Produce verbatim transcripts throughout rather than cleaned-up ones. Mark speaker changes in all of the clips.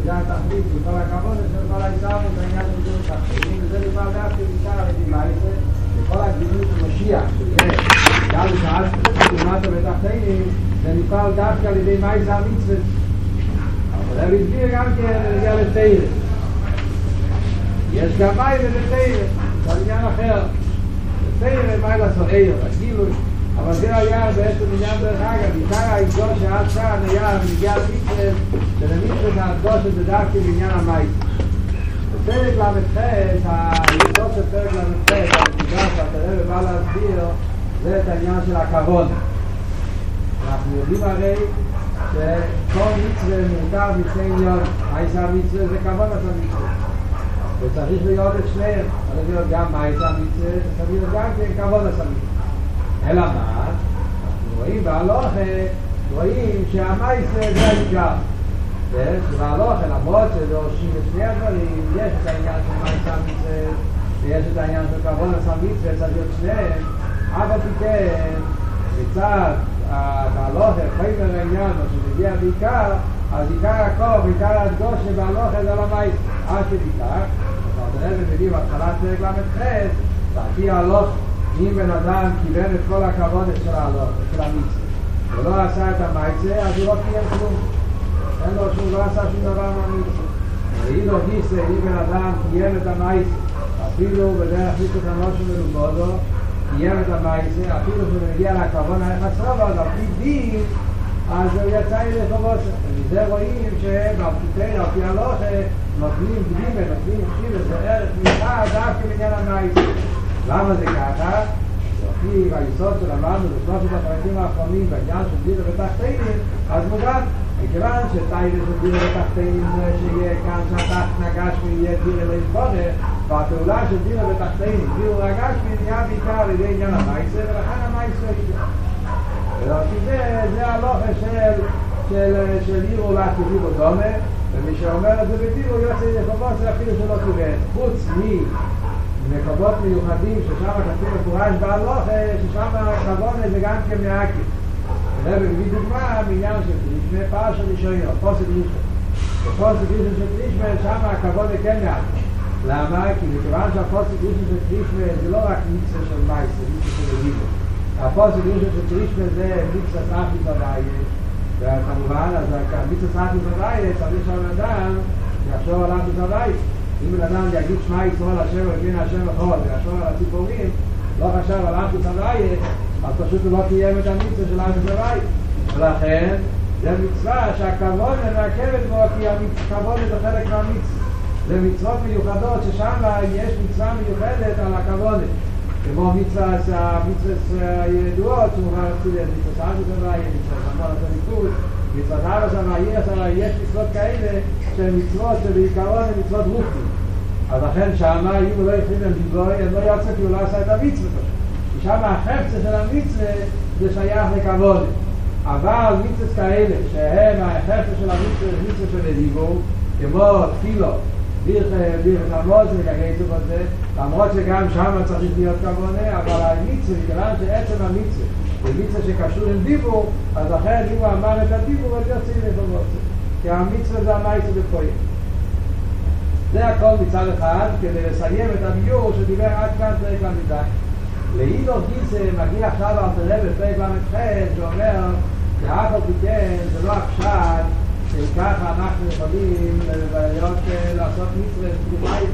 Speaker 1: שזה התכלית של כל הכבוד של כל הישרמות העניין של דיון תחתינים, וזה נקרא דווקא בעיקר על ידי מייסה, וכל הגילוי של משיח, שזה גם שעה שתלמדו בתחתינים, זה נקרא דווקא על ידי מייסה המצווה. אבל זה הסביר גם כן נגיע לתאיר. יש גם מיילה לתאיר, זה עניין אחר. לתאיר מיילה סוער, הגילוי. אבל זה היה בעצם עניין דרך אגב, עיקר ההתגוש שעד כאן היה מגיע מצווה, שלמצווה ההתגוש זה דווקא בעניין המייס. בפרק למ"ח, היסוד של פרק למ"ח, הנקודה שאתה רואה ובא להסביר, זה את העניין של הכבוד. אנחנו יודעים הרי שכל מצווה מורכב משני עניין, מייס המצווה זה כבוד המצווה. וצריך להיות את שניהם, צריך להיות גם מייס המצווה, צריך להיות גם כן כבוד המצווה. אלא מה? אנחנו רואים בהלוכה, רואים שהמייס זה העיקר. ובהלוכה, למרות שדורשים את שני הדברים, יש את העניין של מייס המצווה, ויש את העניין של כבוד המצווה, צריך להיות שניהם, אבל כן, מצד בהלוכה, חייבר העניין, מה שמגיע בעיקר, אז עיקר הכל, בעיקר הדגוש שבהלוכה זה על המייס. עד שבעיקר, אז אנחנו נראה בהתחלת פרק למ"ח, תעשי ההלוכה. אם בן אדם כיוון את כל הכבוד של ההלוך, של המצווה, ולא עשה את המייצה, אז הוא לא קיים כלום. אין לו שהוא לא עשה שום דבר מהמצווה. ואילו גיסא, אם בן אדם קיים את המייצה, אפילו בדרך ליטות הנושא מלובודו, קיים את המייצה, אפילו שהוא מגיע לכבוד החסרוב, אז על פי דין, אז הוא יצא אלי חובוסה. ומזה רואים שבפתיתנו, על פי הלוכה, נותנים קדימה, נותנים שילה, זה ערך מיוחד, דווקא בעניין המייצה. למה זה ככה? לפי היסוד שלמדנו בשלושת הפרקים האחרונים בעניין של דירה ותחתינים, אז מובן, מכיוון שטיילה של דירה ותחתינים זה שיהיה כאן שהתחת נגשמי יהיה דירה להתבורר, והפעולה של דירה ותחתינים, דירה רגשמי, נהיה בעיקר על ידי עניין המייסה, ולכן המייסה יהיה. ולכן זה, זה הלוכה של, של, של עירו לך כדירו דומה, ומי שאומר את זה בדירו יוצא לחובות, זה אפילו שלא כיוון. חוץ מי מקומות מיוחדים ששם כתוב מפורש בהלוכה, ששם הכבוד זה גם כמעקב. זה מביא דוגמה מעניין של קרישמה, פער של ראשון, פוסק קרישמה. בפוסק קרישמה של קרישמה, שם הכבוד זה כן מעקב. למה? כי מכיוון שהפוסק קרישמה של קרישמה זה לא רק מצווה של מייס, זה מצווה של אליבו. הפוסק קרישמה של קרישמה זה מצווה סחי זרעיה, וכמובן, אז מצווה סחי זרעיה צריך שהאדם יחשוב עליו בזרעיה. אם בן אדם יגיד שמע ישראל השם ובין השם אחד ויחשוב על הציפורים, לא חשב על אחדות הוויה, אז פשוט הוא לא קיים את המצווה של אחדות הוויה. ולכן זה מצווה שהכבוד מעכבת בו, כי הכבוד זה חלק מהמצווה. זה מצוות מיוחדות ששם יש מצווה מיוחדת על הכבוד. כמו מצווה הידועות, שהוא אומר מצווה אחדות הוויה, מצווה שמור את הליכוד, מצוות אבא סבא, סבא, יש מצוות כאלה שהן מצוות שבעיקרון הן מצוות רוחים. אז לכן שמה, אם הוא לא הכין על דיבוי, הם לא יוצא כי הוא לא עשה את המצווה. כי שם החפצה של המצווה זה שייך לכבוד. אבל מצוות כאלה שהם החפצה של המצווה זה מצווה של דיבור, כמו תפילו, בירך המוז וכגייסו בזה, למרות שגם שם צריך להיות כבוד, אבל המצווה, כיוון שעצם המצווה ומצווה שקשור עם דיבור, אז לכן אם הוא אמר את הדיבור, אז יוצאים לפחות. כי המצווה זה המייסה בפועל. זה הכל מצד אחד, כדי לסיים את הביור שדיבר עד כאן פרק למ"ד. לאידור גיסא מגיע עכשיו על תראה בפרק למ"ח, שאומר שאף על פי כן זה לא הפשט שככה אנחנו יכולים להיות לעשות מצווה בפועל.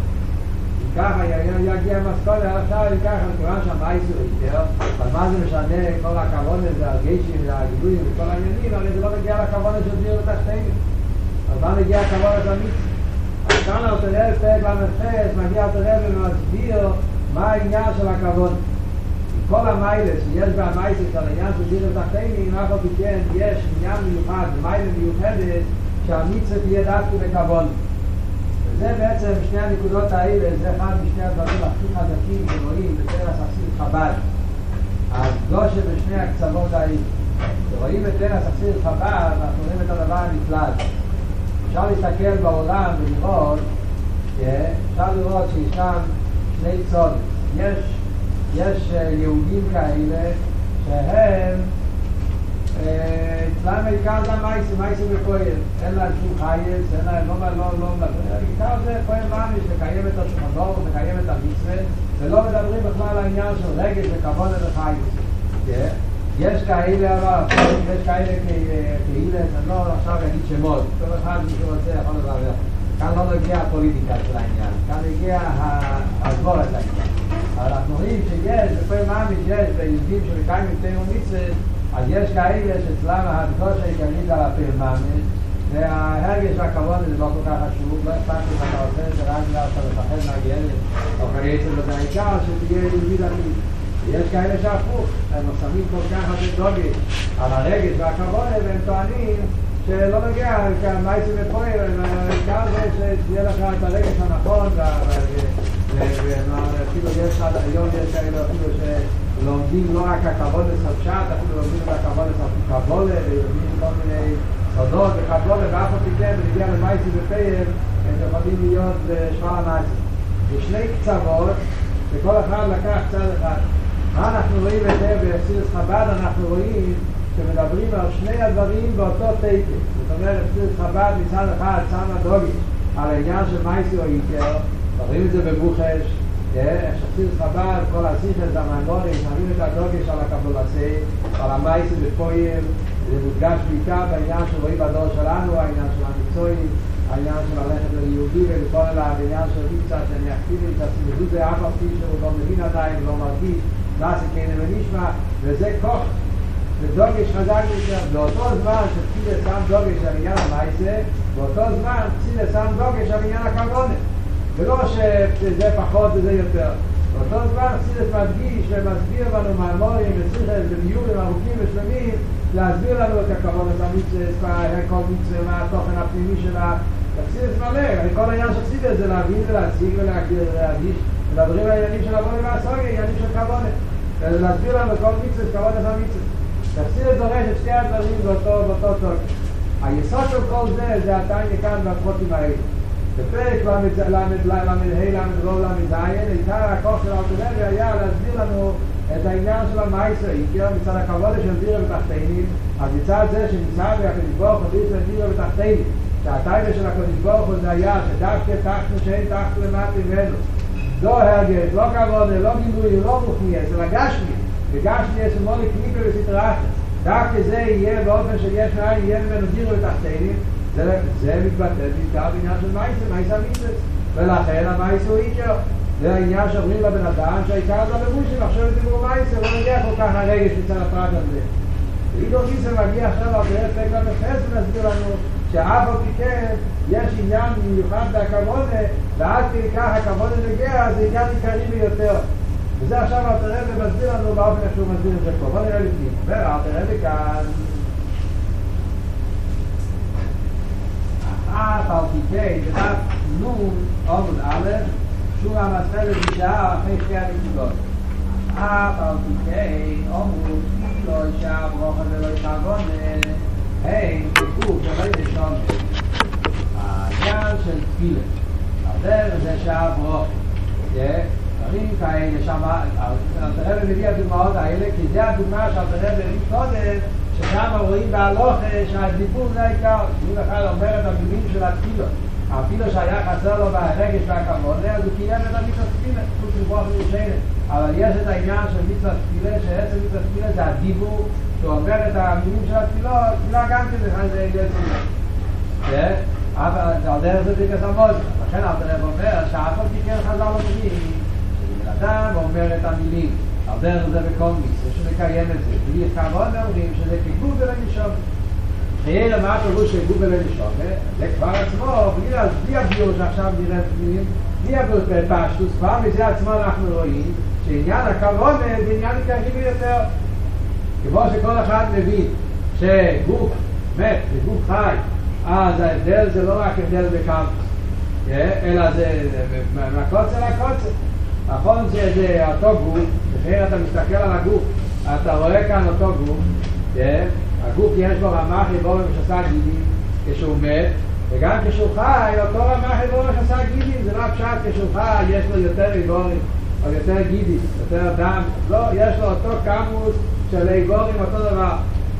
Speaker 1: ככה יגיע מסכולה עכשיו, ככה מכיוון שהמייס הוא יותר, אז מה זה משנה כל הכבוד הזה, הגשים והגיבויים וכל העניינים, הרי זה לא מגיע לכבוד של דיר ותחתינים. אז מה מגיע הכבוד הזה המצווה? אז כאן על תראה פרק למ"ח מגיע תראה ומסביר מה העניין של הכבוד. כל המיילס שיש בהמייס על העניין של דיר ותחתינים, אף על פי כן יש עניין מיוחד, מיילה מיוחדת, שהמצווה תהיה דווקא בכבוד. זה בעצם שני הנקודות האלה, זה אחד משני הדברים הכי חזקים שרואים בתרס אכסיל חב"ד. הגושה בשני הקצוות האלה. כשרואים בתרס אכסיל חב"ד, אנחנו רואים את הדבר הנפלא. אפשר להסתכל בעולם ולראות, אפשר לראות שישנם שני צורות. יש, יש יהודים כאלה שהם אצלם העיקר זה המייסים, מייסים ופועל, אין לה שום חייס, אין לה, לא, לא, לא, העיקר זה פועל ממש, לקיים את השמדור, לקיים את המצווה, ולא מדברים בכלל על העניין של רגש וכבוד וחייס. יש כאלה, אבל יש כאלה כאלה, אני לא עכשיו אגיד שמות, כל אחד מי שרוצה יכול לדבר. כאן לא נגיע הפוליטיקה של העניין, כאן נגיע הסבור את העניין. אבל אנחנו רואים שיש, בפועל ממש יש, ביהודים שמקיים את תאום מצווה, אז יש כאלה שאצלם הקדוש העיקרית על הפרממש, וההרגש והכבוד זה לא כל כך חשוב, לא אכפת לי מה אתה עושה, זה רק בגלל שאתה מפחד מהגלת, או כעצם וזה העיקר שתהיה יהודי דתי. ויש כאלה שהפוך, הם שמים כל כך הרבה דוגש על הרגש והכבוד, והם טוענים שלא נגיע, כמייסים ופועל, העיקר זה שתהיה לך את הרגש הנכון, ואפילו יש עד היום יש כאלה אפילו שלומדים לא רק הכבוד לספשט, אפילו לומדים את הכבוד לספשט, ולומדים כל מיני סודות וכבוד, ואף אחד כן, ונגיע למייסים ופועל, הם יכולים להיות בשמל המייסים. בשני קצוות, וכל אחד לקח צד אחד. מה אנחנו רואים את זה בחסידות חב"ד? אנחנו רואים שמדברים על שני הדברים באותו תקן. זאת אומרת, בחסידות חב"ד מצד אחד שם הדוגש על העניין של מייסי או איקר, רואים את זה בבוחש, איך שחסידות חב"ד, כל השיחה זה המאמרים, שמים את הדוגש על הקבולסי, על המייסי בפועל, זה מודגש בעיקר בעניין שרואים בדור שלנו, העניין של המקצועי, העניין של ללכת ליהודי ולכל אלה, העניין של קצת שאני אקטיבי את הסימדות זה אף אף שהוא לא מבין עדיין, לא מרגיש, נעשה כן ונשמע, וזה כוח, זה דוגש חזק יותר. באותו זמן שפסילה שם דוגש על עניין המייסה, באותו זמן פסילה שם דוגש על עניין הכבונה. ולא שזה פחות וזה יותר. באותו זמן פסילה מדגיש ומסביר לנו מאמורים וצריכים וביורים ארוכים ושלמים, להסביר לנו את הכבוד את המצווה, כל מצווה, מה התוכן הפנימי שלה. פסילה מלא, כל העניין של פסילה זה להבין ולהציג ולהגדיר ולהגיש. מדברים על העניינים של עבודה והסוגיה, העניינים של כבוד. להסביר לנו כל מצווה, כבוד את המצווה. פסילה דורש את שתי הדברים באותו תוכן. היסוד של כל זה, זה עדיין כאן בפרוטים האלה. בפרק למד למד ה' למד רוב למד זין, עיקר הכוח של האוטונומיה היה להסביר לנו את העניין של המייסר, עיקר מצד הכבוד של בירה ותחתינים, אז מצד זה שנמצא והקדוש ברוך הוא בירה ובירה ותחתינים, שהטייבה של הקדוש ברוך הוא זה היה שדווקא תחתנו שאין תחתו למטה ממנו. לא הרגש, לא כבוד, לא גילוי, לא רוחניאס, אלא גשמי, וגשמיאס הוא מולי קניפה וסתרחת. דווקא זה יהיה באופן של יש מאין, יהיה ממנו בירה ותחתינים, זה, זה מתבטא בעיקר בעניין של מייסה, מייסה מיסס, ולכן המייסה הוא עיקר. זה העניין שאומרים לבן אדם שהעיקר זה לבושים, עכשיו את דיבור מייסה, לא מגיע כל כך הרגש מצד הפרט הזה. ואידור מיסה מגיע עכשיו על פרק פרק למחס ונסביר לנו שאף על כן יש עניין מיוחד בהכבודה, ועד כדי כך הכבודה נגיע, זה עניין עיקרי ביותר. וזה עכשיו אלתר רבי מסביר לנו באופן איך שהוא מסביר את זה פה. בוא נראה לפני. ואלתר רבי כאן אף על תיקי, בדף נון עמוד א', שור המספלת בשעה אחרי שתי הנקודות. אף על תיקי, עמוד, לא ישעה ברוכה ולא יתעבונה, הם תקוף ולא ישעונה. העניין של תפילה, הדרך זה שעה ברוכה. דברים כאלה שמה, אלתר רבי מביא הדוגמאות האלה, כי זה הדוגמה שאלתר רבי מביא קודם, ששם רואים בהלוכה שהדיבור זה העיקר. אם אחד אומר את המילים של התפילה, התפילה שהיה חסר לו בהרגש והכבוד, אז הוא קיים את המצוות תפילה, חוץ מברוך וישנה. אבל יש את העניין של מצוות תפילה, שעצם מצוות תפילה זה הדיבור, שהוא אומר את המילים של התפילה, תפילה גם כזה זה יהיה תפילה. אבל על דרך זה זה כסמוד. לכן אלתר רבי אומר שאף על כן חז"ל אומרים, שבן אדם אומר את המילים, על דרך זה בכל מצווה שמקיים את זה. בלי כבוד אומרים שזה כגוף ולנשום. חייר מה פירוש של גוף ולנשום, זה כבר עצמו, בלי הביור שעכשיו נראה פנימיים, בלי הביור בפשטוס, כבר מזה עצמו אנחנו רואים שעניין הכבוד זה עניין עיקרי ביותר. כמו שכל אחד מבין שגוף מת וגוף חי, אז ההבדל זה לא רק הבדל בקמפוס, אלא זה מהקוצר לקוצר. נכון שזה אותו גוף, לכן אתה מסתכל על הגוף, אתה רואה כאן אותו גוף, הגוף יש בו רמ"ח איבורים שעשה גידים כשהוא מת, וגם כשהוא חי, אותו רמ"ח איבורים שעשה גידים, זה לא פשט, כשהוא חי יש לו יותר איבורים, או יותר גידים, יותר דם, לא, יש לו אותו כמות של איבורים, אותו דבר.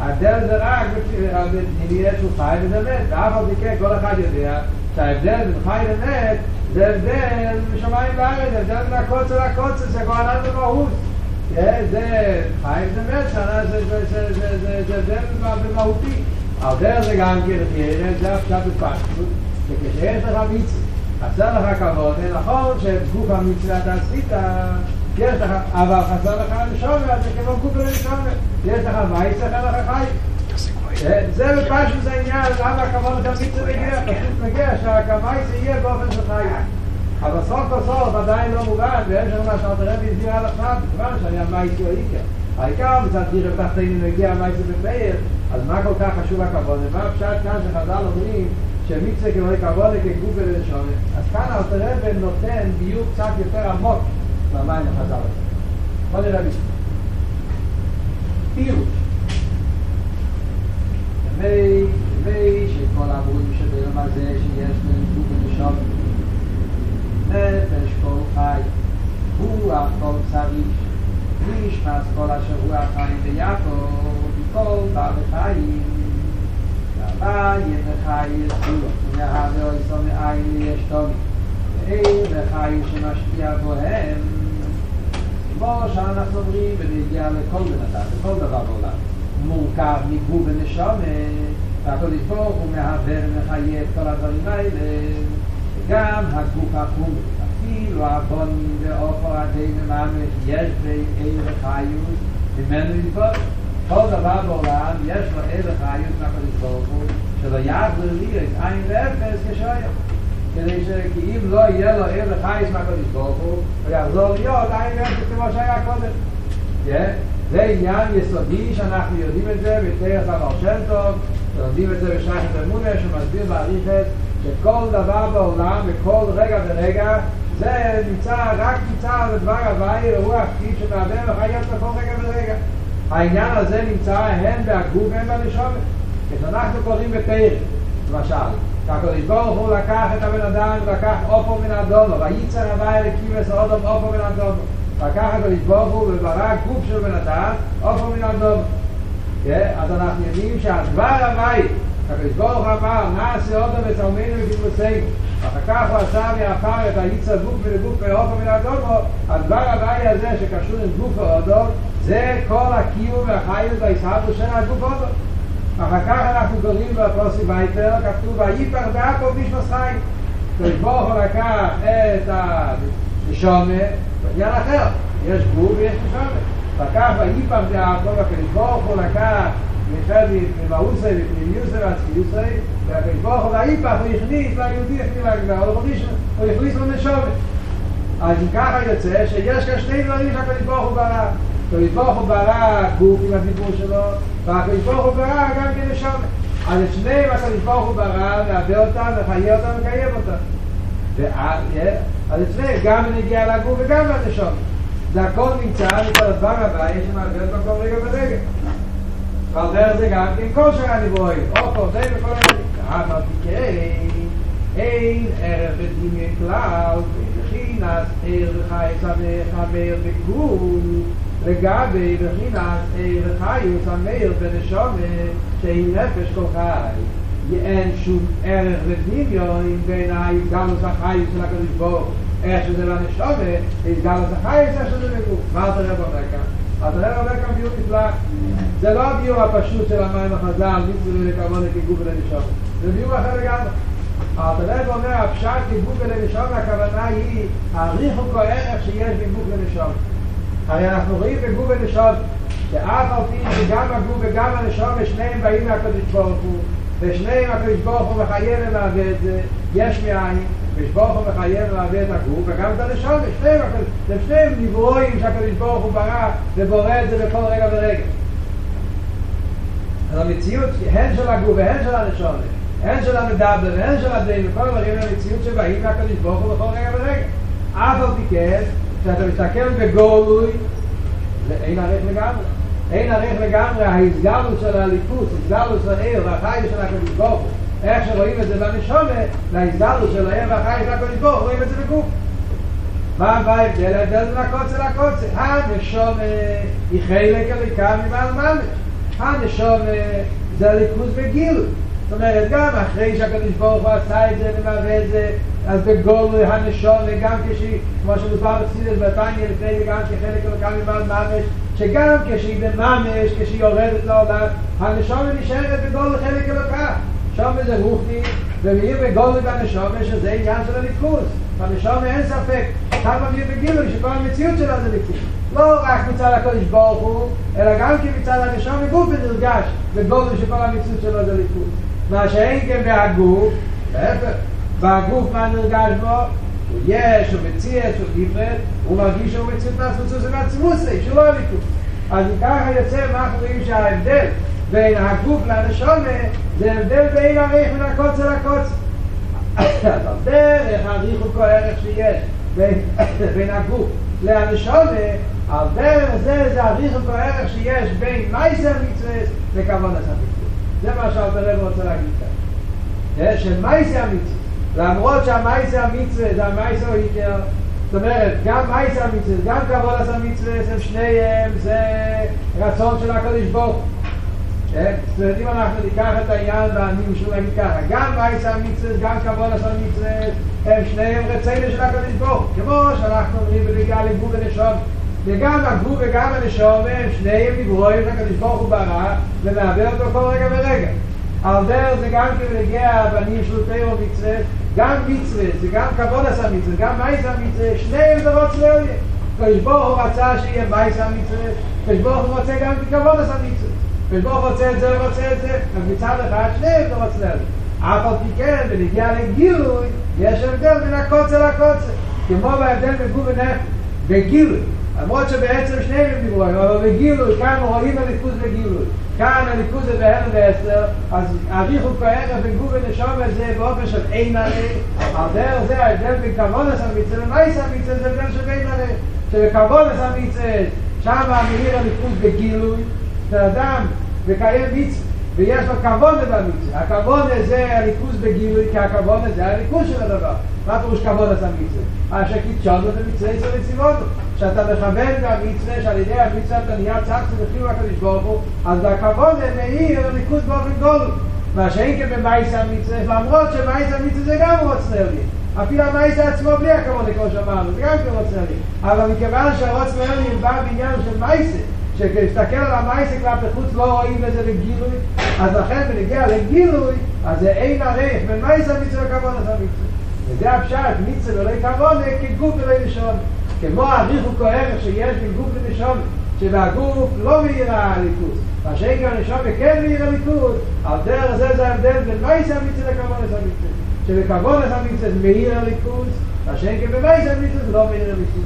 Speaker 1: ההבדל זה רק בנהיה שהוא חי וזה מת, ואף על פי כן כל אחד יודע שההבדל בין חי למת זה הבדל משמיים לארץ, זה הבדל בין הקוצר לקוצר, זה כהנן במהות. זה חי וזה מת, זה הבדל במהותי. ההבדל זה גם כן, זה הפשט בפשטות, שכשיש לך מצווה, חסר לך כבוד, נכון שגוף המצווה אתה עשית, יש לך, אבל חסר לך הנשומר, זה כמו גוף לנשומר, יש לך מייס, לך לך חי. זה בפשט זה עניין, למה הכבוד את המצווה מגיע, פשוט מגיע שהמייס יהיה באופן של חי. אבל סוף בסוף עדיין לא מובן, ואין שם מה שאתה רבי הסביר עד עכשיו, כיוון שהיה מייס הוא העיקר. העיקר מצד דירה בתחתינים מגיע המייס בפאר, אז מה כל כך חשוב הכבוד? ומה פשט כאן שחז"ל אומרים שמצווה כמו כבוד כגוף ולנשומר. אז כאן הרבי נותן ביור קצת יותר עמוק מהמים החז"ל הזה. בוא נראה בשביל. פירוש. ומי שכל העבורים שבאלם הזה שיש להם גוף ונשומר. נפש כל חי, רוח כל צריך, נשמס כל אשר רוח חיים ביעקב, כל בא בחיים. והבא יהיה יסבור, מהווה אויסו מאין יש תומי. ואין לחיים שמשפיע בוהם, כמו שאנחנו אומרים, ונגיע לכל בן אדם, לכל דבר בעולם. מורכב מגוף ונשומר, והקדוש ברוך הוא מהווה ומחיה את כל הדברים האלה. גם הגוף החומרי, אפילו הבונים ואופר הדין ממש, יש בי אל וחיות, ממנו יתבוד. כל דבר בעולם יש לו אל וחיות מהקדוש ברוך הוא, שלא יחזור לי את עין ואפס כשהיה. כדי שאם לא יהיה לו אל וחיות מהקדוש ברוך הוא, הוא יחזור להיות עין ואפס כמו שהיה קודם. זה עניין יסודי שאנחנו יודעים את זה בתרס הבעל שם טוב, ולומדים את זה בשייכות אמונה שמסביר באריכות שכל דבר בעולם וכל רגע ורגע זה נמצא רק נמצא לדבר הוואי רוח כפי שמעבר וחיות בכל רגע ורגע. העניין הזה נמצא הן בהגוף והן בנשומר. כשאנחנו קוראים בתרס למשל, שהקדוש ברוך הוא לקח את הבן אדם ולקח אופו מן אדומו וייצר הוואי לקיבס אודום אופו מן אדומו, לקח הקדוש ברוך הוא וברא גוף של בן אדם אופו מן אדומו. אז אנחנו יודעים שהדבר הוואי הקדוש ברוך הוא אמר נעשה אודום וצלמנו וקיבוסנו, ואחר כך הוא עשה מאחר את הייצר גוף ולגוף ואופו מן אדומו. הדבר הוואי הזה שקשור עם גוף ואודום זה כל הקיום והחיות והישרדות של הגוף אודום. אחר כך אנחנו קוראים בפרוסי וייטר, כתוב ויפר באפו בישמוס חיים. הקדוש ברוך הוא לקח את הנשומר בעניין אחר, יש גוף ויש נשומר. לקח ויפר באפו, והקדוש ברוך הוא לקח מחדי ממאוסי ופנימיוסי והצפיוסי, והקדוש ברוך הוא ויפר הוא הכניס ליהודי, הוא הכניס לו נשומר. אז אם ככה יוצא שיש כאן שני דברים שהקדוש ברוך הוא ברא. הקדוש ברוך הוא ברא גוף עם הדיבור שלו, והקדוש ברוך הוא ברא גם כן נשומר. אז את שניהם הקדוש ברוך הוא ברא, להביא אותם, לחיה אותם ולקיים אותם. אז את שניהם גם נגיע לגוף וגם לנשומר. זה הכל נמצא מכל הדבר הבא, יש שם הרבה בכל רגע ורגע. ועל דרך זה גם כן כל שאר הנברואים, או כל זה וכל הרגע. אבל תקראי, אין ערך ודמיון כלל, ובחינס ער וחייס המחבר בגבול, לגבי בחינס ער וחייס המחבר בנשומר, שהיא נפש כל חי. אין שום ערך ודמיון בין ההתגלות החייס של הקדוש ברוך הוא, איך שזה לנשומר, והתגלות החייס איך שזה בגבול. מה אתה רואה אומר כאן? אתה רואה אומר כאן ביור נפלא. זה לא הביור הפשוט של המים החז"ל, מצווה לכבוד כגוף ולנשומר. זה ביור אחר לגמרי. הרב אומר, הפשט כגוף ולנשומר, הכוונה היא העריך הוא הערך שיש בין גוף לנשומר. הרי אנחנו רואים בגוף ולנשומר שאף על פי שגם הגוף וגם הנשומר שניהם באים מהקדוש ברוך הוא, ושניהם הקדוש ברוך הוא מחייב ומהווה את זה, יש מאין, הקדוש ברוך הוא מחייב ומהווה את הגוף וגם את הנשומר, שניהם, שניהם נברואים שהקדוש ברוך הוא ברא ובורא את זה בכל רגע ורגע. אז המציאות הן של הגוף והן של הנשומר, הן של המדבר והן של הדין וכל דברים למציאות שבאים מהקדוש ברוך הוא בכל רגע ורגע. אף על פי כן, כשאתה מסתכל בגולוי, זה אין ערך לגמרי. אין ערך לגמרי ההסגלות של הליכוס, הסגלות של העיר והחיים של הקדוש ברוך הוא. איך שרואים את זה בנשומר, להסגלות של העיר והחיים של הקדוש ברוך הוא, רואים את זה בגוף. מה ההבדל? ההבדל בין הקוצר לקוצר. הנשומר היא חלק אלוקה מבעל ממש. הנשום זה ליכוז בגילוי. זאת אומרת, גם אחרי שהקדוש ברוך הוא עשה את זה ומראה את זה, אז בגולוי הנשום, וגם כשהיא, כמו שמוסבר בחסידות בתניא לפני זה, גם כחלק אלוקם ממעל ממש, שגם כשהיא בממש, כשהיא יורדת לעולם, הנשום נשארת בגולוי חלק אלוקם. שם זה רוחני, ומאיר בגולוי בנשום, שזה עניין של הליכוז. בנשום אין ספק, כמה מאיר בגילוי, שכל המציאות שלה זה ליכוז. לא רק מצד הקדוש ברוך הוא, אלא גם כי מצד הנשום וגוף נרגש, בגולוי שכל המציאות שלו זה ליכוז. מה שאין כן בהגוף, להפך, בהגוף מה נרגש בו? הוא יש, הוא מציע, הוא גיפרד, הוא מרגיש שהוא מציאות מעצמות, זה מעצמות, שהוא לא ליכוז. אז ככה יוצא, מה אנחנו רואים שההבדל בין הגוף לנשום זה הבדל בין הריח מן הקוצר לקוצר. אז הדרך, הריח הוא כל ערך שיש בין הגוף לנשום, הדרך זה זה הריח הוא כל ערך שיש בין מייסר מצווה וכוונס המצווה. זה מה שהרב רוצה להגיד כאן. שמייסר מצווה, למרות שהמייסר מצווה זה המייסר העיקר, זאת אומרת, גם מייסר מצווה, גם כוונס המצווה, הם שניהם, זה רצון של הקדוש ברוך הוא. זאת אומרת, אם אנחנו ניקח את העניין ואני משהו להגיד ככה, גם מייסר המצווה, גם כוונס המצווה, הם שניהם רציינים של הקדוש ברוך הוא. כמו שאנחנו אומרים בנגיעה לגוף ונשום, וגם הגוף וגם הנשום, הם שניהם נברואים את הקדוש ברוך הוא ברא, ומעבר אותו כל רגע ורגע. על דרך זה גם כבנגיע בנים של תורה ומצווה, גם מצווה, זה גם כוונס המצווה, גם מייסר המצווה, שניהם זה רוצה להיות. הקדוש ברוך הוא רצה שיהיה מייסר המצווה, הקדוש ברוך הוא רוצה גם כוונס המצווה. ושבוך רוצה את זה ורוצה את זה, אז מצד אחד שניהם לא רוצה להגיד. אף על פי כן, בנגיע לגילוי, יש הבדל בין הקוצר לקוצר. כמו בהבדל בגוף ונפש, בגילוי. למרות שבעצם שניהם הם דיבורים, אבל בגילוי, כאן רואים הליכוז בגילוי. כאן הליכוז זה בהלם ועשר, אז הריחו כערך בין גוף ונשום הזה באופן של אין הרי. על דרך זה ההבדל בין כוונס המצווה ומייסר המצווה זה הבדל של אין הרי. שבכוונס המצווה, שם המאיר הליכוז בגילוי. האדם וקיים מצווה ויש לו כוונה במצווה. הכוונה זה הליכוז בגילוי, כי הכוונה זה הליכוז של הדבר. מה פירוש כוונה זה המצווה? שקידשנו את המצווה אצל רציבותו, שאתה מכוון במצווה, שעל ידי המצווה אתה נהיה צחצו וחיוב הקדוש ברוך הוא, אז הכוונה מאיר הליכוז באופן גולוי. מה שאין כן במייסר המצווה, למרות שמייסר המצווה זה גם רוצה לי, אפילו המייסר עצמו בלי הכוונה כמו שאמרנו, זה גם כן רוצה לי, אבל מכיוון שהרוצה לי בא בעניין של מייסר, שכשתסתכל על המייסר כלפי חוץ לא רואים בזה בגילוי, אז לכן בנגיע לגילוי, אז זה אין הריח בין מייסר מצווה וכוונס המצווה. וזה הפשט, מצווה ולא כוונה כגוף ולא נשום. כמו הריח הוא כערך שיש בין גוף ונשום, שבהגוף לא מאיר הליכוז. מה שאין כאן נשום וכן מאיר הליכוז, על דרך זה זה ההבדל בין מייסר מצווה וכוונס המצווה. שבכוונס המצווה זה מאיר הליכוז, מה שאין כאן במייסר מצווה זה לא מאיר הליכוז.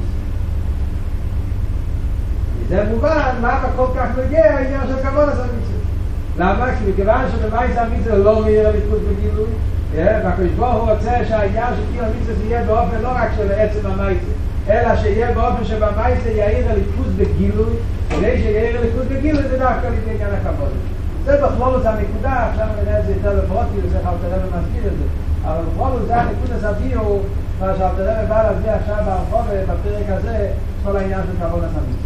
Speaker 1: זה מובן, מה כל כך מגיע העניין של כוונס המצווה. למה? כי מכיוון שבמייסר המצווה לא מאיר הליכוז בגילוי, והקדוש ברוך הוא רוצה שהעניין של קיום המצווה יהיה באופן לא רק של עצם המייסר, אלא שיהיה באופן שבמייסר יאיר הליכוז בגילוי, כדי שיאיר הליכוז בגילוי זה דווקא לפני עניין הכוונה. זה בכלול זה הנקודה, עכשיו נראה את זה יותר לפרוטי, וזה חלטה רבי מזכיר את זה. אבל בכלול זה הנקודה סביהו, מה שחלטה רבי בא להסביר עכשיו ברחוב בפרק הזה, כל העניין של כוונס המצווה.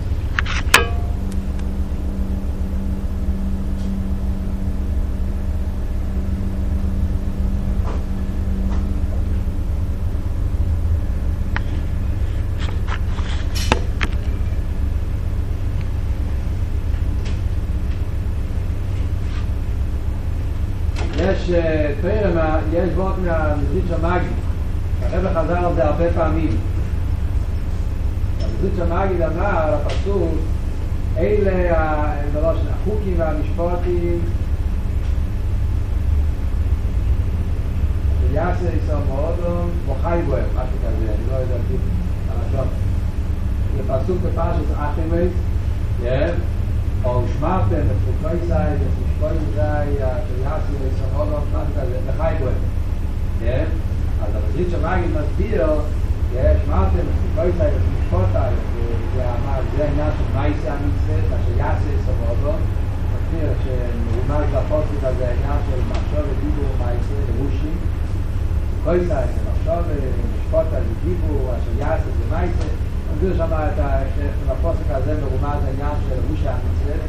Speaker 1: יש תראה, יש באות מהמזריץ' המאגי, הרב חזר על זה הרבה פעמים. המזריץ' המאגי אמר על הפסוק, אלה החוקים והמשפטים שיעשה ישראל מאודום, מוחי בוהם, משהו כזה, אני לא יודע להגיד על השם. זה פסוק בפרשת אחרימייס, או שמרתם את חוקוי זי, את משפוי זי, שיעשו ויסמולו, משהו כזה, לחי בוהם. אז המזריץ' שמאגי מסביר, שמרתם את חוקוי זי, את משפוטי, זה העניין של מייסי המצווה, שיעשו ויסמולו, מסביר שמרומז לפוסק הזה העניין של מחשוב ודיבור מייסי, לרושים, חוקוי זי, מחשוב ומשפוטי, ודיבור, שיעשו ומייסי, מסביר שם את הפוסק הזה מרומז העניין של רושי המצווה,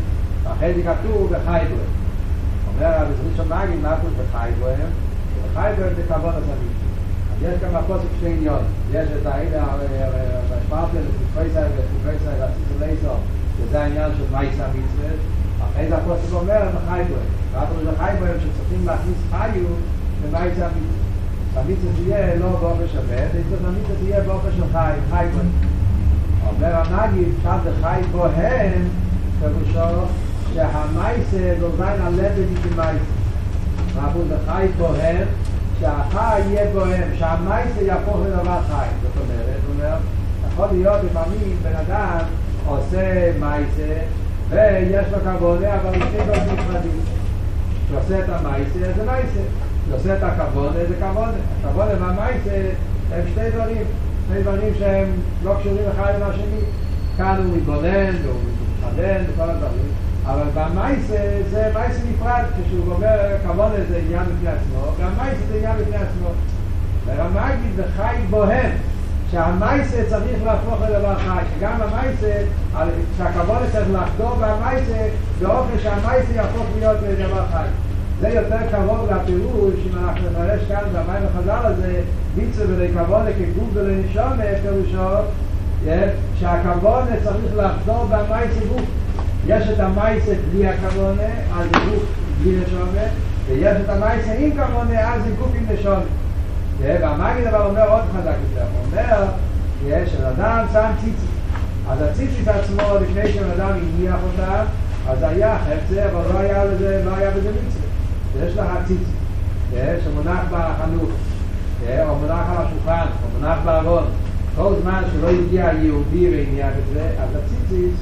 Speaker 1: ואחרי זה כתוב וחי בוהם. אומר הבזריש המגיד, מה כתוב וחי בוהם? וחי בוהם זה כבוד הסמיד. אז יש כאן בפוסק שתי עניון. יש את האלה, בשמרתי לתפייסה ותפייסה רציס ולייסו, שזה העניין של מייסה מצוות. אחרי זה הפוסק אומר וחי בוהם. ואנחנו זה חי בוהם שצריכים להכניס חיוב למייסה מצוות. המצווה תהיה לא באופן שווה, המצווה תהיה באופן של חי, חי בוהם. אומר המגיד, שם זה חי בוהם, פירושו שהמייסה לא זין הלבד איתי מייסה. אנחנו זה חי בוהם, שהחי יהיה בוהם, שהמייסה יהפוך לדבר חי. זאת אומרת, הוא אומר, יכול להיות לפעמים בן אדם עושה מייסה, ויש לו כבודה, אבל הוא שני דברים נפרדים. שעושה את המייסה, זה מייסה. שעושה את הכבודה, זה כבודה. הכבודה והמייסה הם שתי דברים. שני דברים שהם לא קשורים אחד עם השני. כאן הוא מתבונן, הוא מתחדן וכל הדברים. אבל במייסה זה מייסה נפרד. כשהוא אומר כבודה זה עניין בפני עצמו, והמייסה זה עניין בפני עצמו. והמגיד וחי בוהם, שהמייסה צריך להפוך לדבר חי. שגם המייסה, שהכבודה צריך לחדור במייסה, באופן שהמייסה יהפוך להיות לדבר חי. זה יותר קרוב לפירוש, אם אנחנו נראה כאן במים החז"ל הזה, מצווה ולכבוד כגוף ולנשום, פירושו, שהכבוד צריך לחדור במייסה גוף. יש את המייסה בלי הכבוד, אז זה גוף בלי נשום, ויש את המייסה עם כבוד, אז זה גוף עם נשום. והמגיד אבל אומר עוד חזק יותר, הוא אומר, של אדם שם ציצית. אז הציצית עצמו, לפני שאדם הניח אותה, אז היה חפצה, אבל לא היה בזה, לא היה בזה מצווה. יש לך ציצית, שמונח בחנות, או מונח על השולחן, או מונח בארון. כל זמן שלא הגיע יהודי והניח את זה, אז הציצית,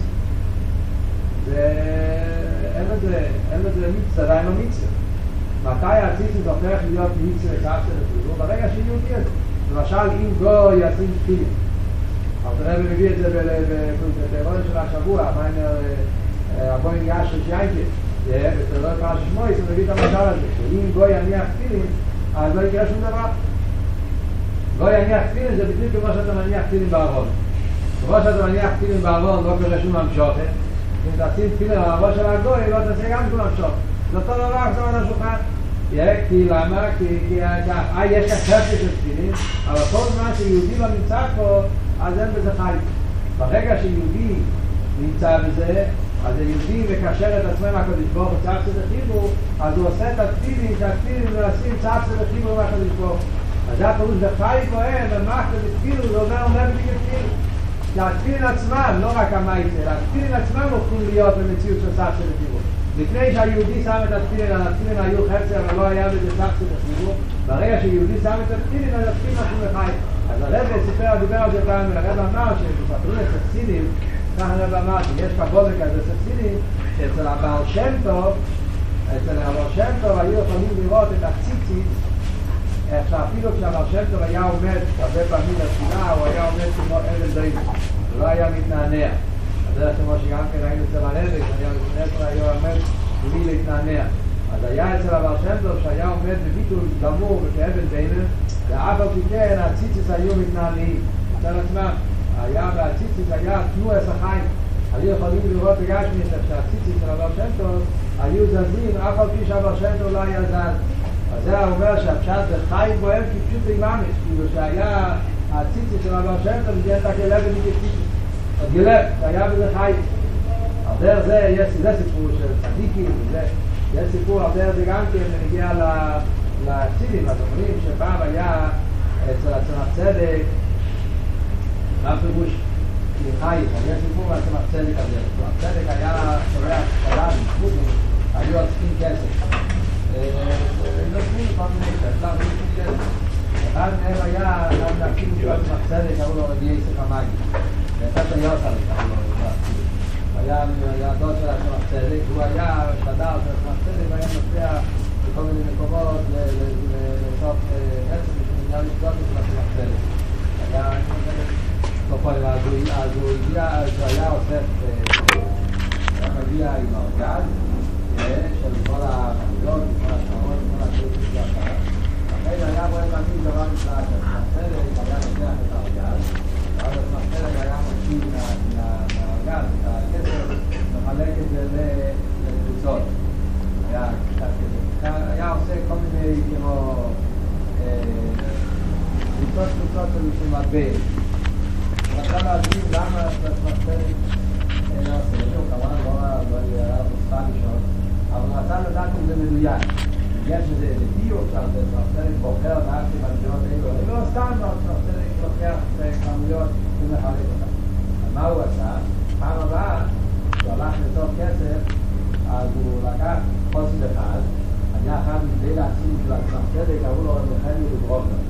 Speaker 1: אין לזה מצווה, עדיין לא מצווה. מתי הציצית הופך להיות מצווה כעשר לציבור? ברגע שיהודי את זה. למשל, אם גוי ישים תפילין. אבל תראה מביא את זה ברואה של השבוע, מה אומר הבוי נהיה של שיינקי. ותראה פרש שמואס, הוא מביא את המשל הזה. שאם גוי יניח תפילין, אז לא יקרה שום דבר. גוי יניח תפילין זה בדיוק כמו שאתה מניח תפילין בארון. כמו שאתה מניח תפילין בארון לא קורה שום המשוכת. אם תשים תפילין על הראש של הגוי, לא תעשה גם שום המשוכת. זה אותו דבר עכשיו על השולחן. כי למה? כי יש כאן חפץ של תפילין, אבל כל זמן שיהודי לא נמצא פה, אז אין בזה חי. ברגע שיהודי נמצא בזה, אז היהודי מקשר את עצמם מהקדוש ברוך הוא צעצה וחיבור, אז הוא עושה את התפילין, שהתפילין מנסים צעצה וחיבור מהקדוש ברוך הוא. אז זה הפירוש בחי בוהם, ומחת בתפילין, זה אומר אומר בדיוק תפילין. שהתפילין עצמם, לא רק המייסה, התפילין עצמם הופכים להיות במציאות של צעצה וחיבור. לפני שהיהודי שם את התפילין, על התפילין היו חפצה, אבל לא היה בזה צעצה וחיבור. ברגע שיהודי שם את התפילין, אז התפילין משהו לחי. אז הרב סיפר, דיבר על זה פעם, והרב אמר שפטרו את הסצילים, כך הרב אמר שיש כבוד כזה סצילים, שאצל הבעל שם טוב, אצל הבעל שם טוב היו יכולים לראות את הציצית, איך שאפילו כשהבעל שם טוב היה עומד, הרבה פעמים לתפילה, הוא היה עומד כמו אבן דייב, הוא לא היה מתנענע. אז זה כמו שגם כן ראינו אצל הרבק, היה לפני היה עומד בלי להתנענע. אז היה אצל הבעל שם טוב שהיה עומד בביטול גמור וכאבן דייב, ואף על כן הציציס היו מתנענעים אצל עצמם. היה והציציס היה תנועס החיים. היו יכולים לראות בגשמי שהציציס של הבעל שם טוב היו זזים, אף על פי שהבעל שם טוב לא היה זז. אז זה אומר שהפשט זה חי בוהם כפשוט אימאמש, כאילו שהיה הציציס של הבעל שם טוב וזה הייתה כלב ומתקציץ. אז גלב, היה בזה חי. על דרך זה, יש זה סיפור של צדיקים וזה. יש סיפור על דרך זה גם כן מגיע לצילים, אז אומרים שפעם היה אצל הצמח צדק מה פירוש חי, היה סיפור על צמח צדק הזה. הצמח צדק היה שולח קלם, היו עסקים כסף. נותנים כל מיני כסף, נותנים כסף. אחד מהם היה להקים של הצמח צדק, קראו לו רבי יצחק המאגי. ואחד היה עושה לי, קראו לו היה דוד של הצמח צדק, הוא היה שדר של הצמח צדק והיה נוסע בכל מיני מקומות לסוף עצם ושמיניה לבדוק את הצמח צדק. היה סופרים, אז הוא הגיע, הוא היה אוסף, היה מגיע עם האורגז של כל החבילות, כל השמרות, כל השמרות של השמרות. אחרי זה היה רואה להגיד דבר נפלא, שהצמח צדק היה נוסח את האורגז, ואז הצמח צדק היה מוציא מהאורגז את הכסף, מחלק את זה שלוש קבוצות של מטבע. רצה להגיד למה מטבע אינו עושה, הוא כמובן לא היה מוספר לשאול, אבל רצה לדעת אם זה מדויק. יש איזה דיוק, אז מטבע בוחר להכי מטבעות אלו, אלו סתם מטבע לוקח כמויות ומחלק אותם. מה הוא עשה? פעם הבאה, הוא הלך לצור כסף, אז הוא לקח חוסן אחד, היה אחד מבלי להציב של עצמם צדק, קראו לו נחמי לברובנר.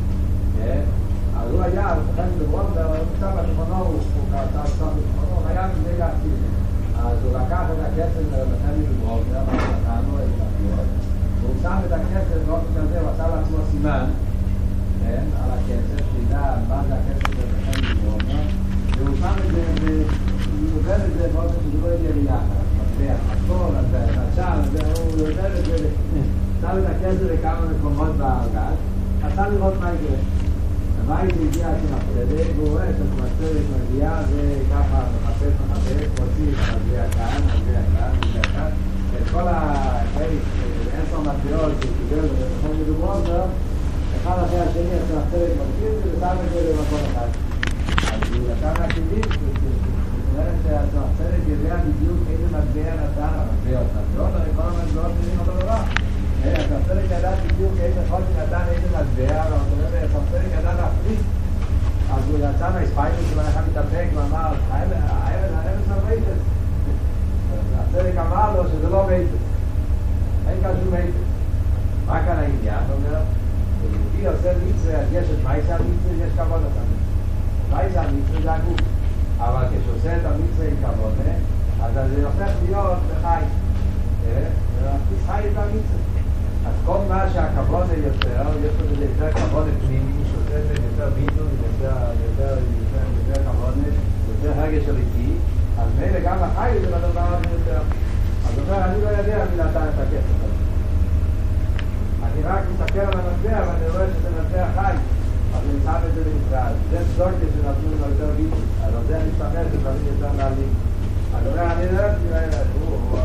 Speaker 1: אז הוא היה, נחמי לברובנר, הוא נמצא בשכונו, הוא קרצה סתם בשכונו, הוא היה מבלי להציב. אז הוא לקח את הכסף לנחמי לברובנר, נתנו את הכסף, והוא שם את הכסף באופן כזה, הוא עשה לעצמו סימן על הכסף, שידע מה זה הכסף לנחמי לברובנר, והוא שם את זה, והוא עובר את זה באופן שזה לא יהיה ביחד. הכל, הצ'אר, הוא יודע את זה, שם את הכסף לכמה מקומות בארגז, רצה לראות מה יקרה. הבית הגיע כמחצדת, והוא רואה שהמחצדת מגיעה, וככה מחפש מחפש, מוציא את המטבע כאן, מטבע כאן, מטבע כאן, ואת כל החלק, עשר מטבעות שקיבל וחומר לברובנר, אחד אחרי השני, את המחצדת מרכיב, ושם את זה במקום אחד. אז הוא לקח מהכיבים, זאת אומרת שהצמחצדת יודע בדיוק איזה מטבע נתן, המטבעות נתנות, הרי כל המטבעות נראים אותו דבר. הצמחצדת ידע בדיוק איזה חודש נתן איזה מטבע, והצמחצדת ידע להפריד. אז הוא יצא מהספייטל שלו היה מתאפק ואמר, האבן, האבן זה מייטס. הצמחצדת אמר לו שזה לא מייטס. אין כאן שום מייטס. מה כאן העניין? הוא אומר, יהודי עושה מצווה, אז יש את מייסה מצווה, יש כבוד אותם. מייסה מצווה זה הגוף. אבל כשעושה את המצווה עם כבודה, אז זה הופך להיות בחי. ולהכניס חי את המצווה. אז כל מה שהכבודה יותר, יש לו איזה יותר כבודה פנימי, שעושה את זה יותר ביטול, יותר כבודה, יותר רגש הליטי, אז מילא גם החי זה לדבר הזה יותר. אז אומר, אני לא יודע מי נתן את הכסף הזה. אני רק מסתכל על המטבע, ואני רואה שזה מטבע חי. אז אני שם את זה למשרד. זה סדוקה שנתנו לו יותר ביטול. אז על זה אני מסתכל, זה דברים יותר מעלים. אז אומר, אני לא יודע, הוא